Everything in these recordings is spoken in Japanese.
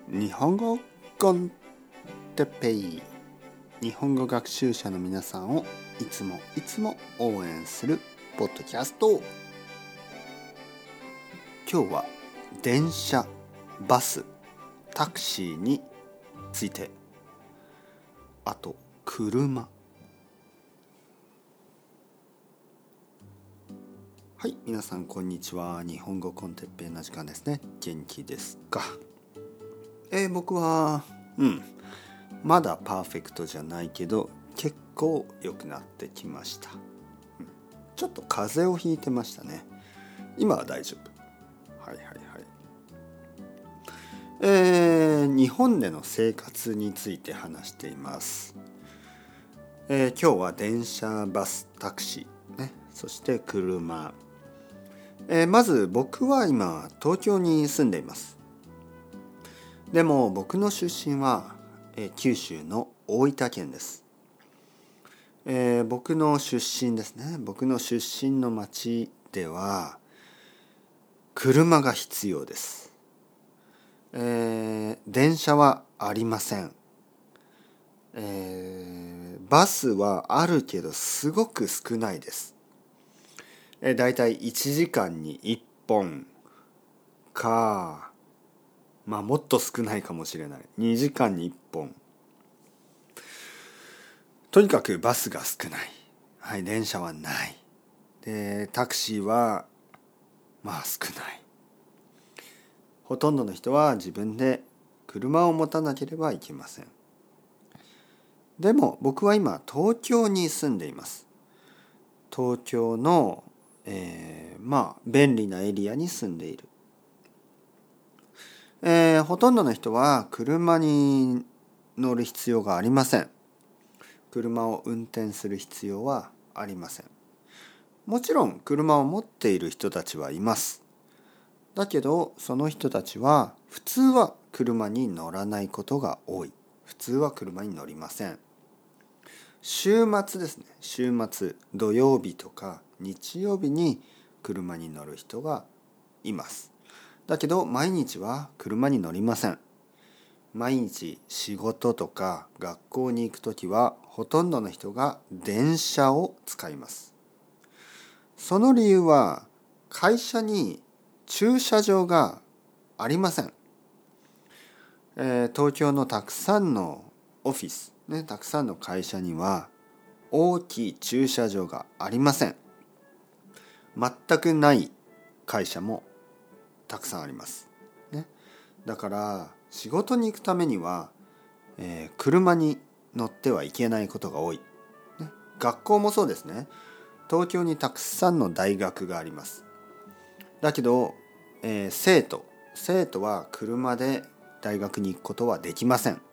日本語コンテペイ、日本語学習者の皆さんをいつも応援するポッドキャスト。今日は電車、バス、タクシーについて、あと車。はい、皆さんこんにちは。日本語コンテッペイの時間ですね。元気ですか？僕はまだパーフェクトじゃないけど結構良くなってきました。ちょっと風邪をひいてましたね。今は大丈夫。日本での生活について話しています。今日は電車、バス、タクシー、ね、そして車。まず僕は今東京に住んでいます。でも僕の出身は、九州の大分県です。僕の出身ですね。僕の出身の町では車が必要です。電車はありません。バスはあるけどすごく少ないです。だいたい1時間に1本か、もっと少ないかもしれない。2時間に1本。とにかくバスが少ない。はい、電車はない。で、タクシーは少ない。ほとんどの人は自分で車を持たなければいけません。でも僕は今東京に住んでいます。東京の、便利なエリアに住んでいる。ほとんどの人は車に乗る必要がありません。車を運転する必要はありません。もちろん車を持っている人たちはいます。だけどその人たちは普通は車に乗らないことが多い。普通は車に乗りません。週末ですね。週末、土曜日とか日曜日に車に乗る人がいます。だけど毎日は車に乗りません。毎日仕事とか学校に行くときはほとんどの人が電車を使います。その理由は会社に駐車場がありません。東京のたくさんのオフィス、たくさんの会社には大きい駐車場がありません。全くない会社もたくさんあります。だから仕事に行くためには、車に乗ってはいけないことが多い。学校もそうですね。東京にたくさんの大学があります。だけど、生徒は車で大学に行くことはできません。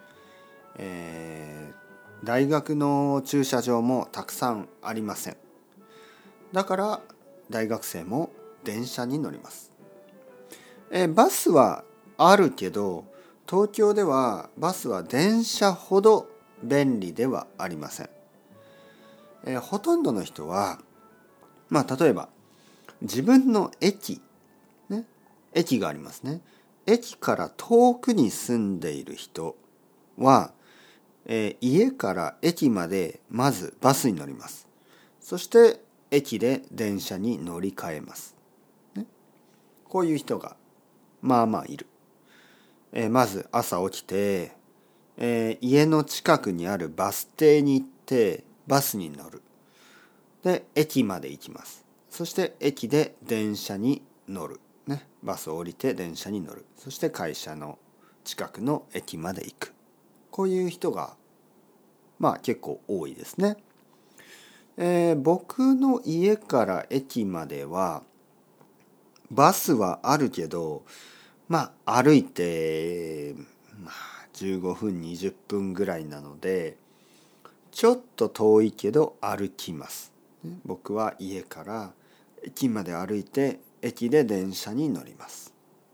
大学の駐車場もたくさんありません。だから大学生も電車に乗ります。バスはあるけど、東京ではバスは電車ほど便利ではありません。ほとんどの人は、例えば自分の駅がありますね。駅から遠くに住んでいる人は、家から駅までまずバスに乗ります。そして駅で電車に乗り換えます。こういう人がいる。まず朝起きて、家の近くにあるバス停に行ってバスに乗る。で、駅まで行きます。そして駅で電車に乗る。バスを降りて電車に乗る。そして会社の近くの駅まで行く。こういう人が結構多いですね。僕の家から駅まではバスはあるけど、歩いて15分20分ぐらいなのでちょっと遠いけど歩きます。僕は家から駅まで歩いて駅で電車に乗ります。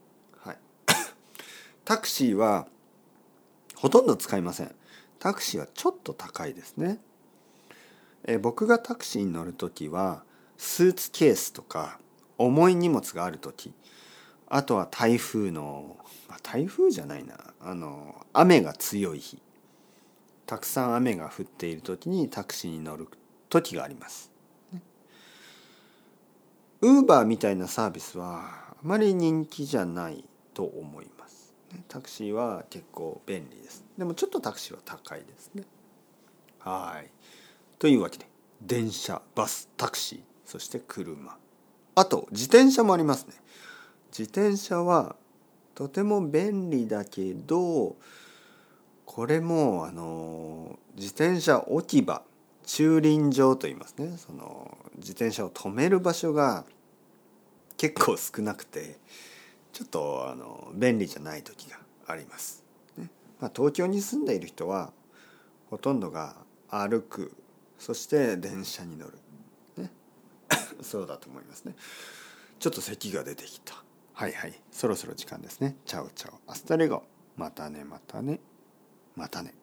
タクシーはほとんど使いません。タクシーはちょっと高いですね。僕がタクシーに乗るときはスーツケースとか重い荷物があるとき、 あとは台風の、台風じゃないな、雨が強い日、たくさん雨が降っている時にタクシーに乗る時があります。ウーバーみたいなサービスはあまり人気じゃないと思います。タクシーは結構便利です。でもちょっとタクシーは高いですね。はい。というわけで、電車、バス、タクシー、そして車。あと自転車もありますね。自転車はとても便利だけど、これも自転車置き場、駐輪場と言いますね。その自転車を止める場所が結構少なくて、ちょっと便利じゃない時があります。東京に住んでいる人はほとんどが歩く、そして電車に乗る、ね、そうだと思いますね。ちょっと咳が出てきた。はいはい、そろそろ時間ですね。チャオチャオ、アスタレゴ、またねまたねまたね。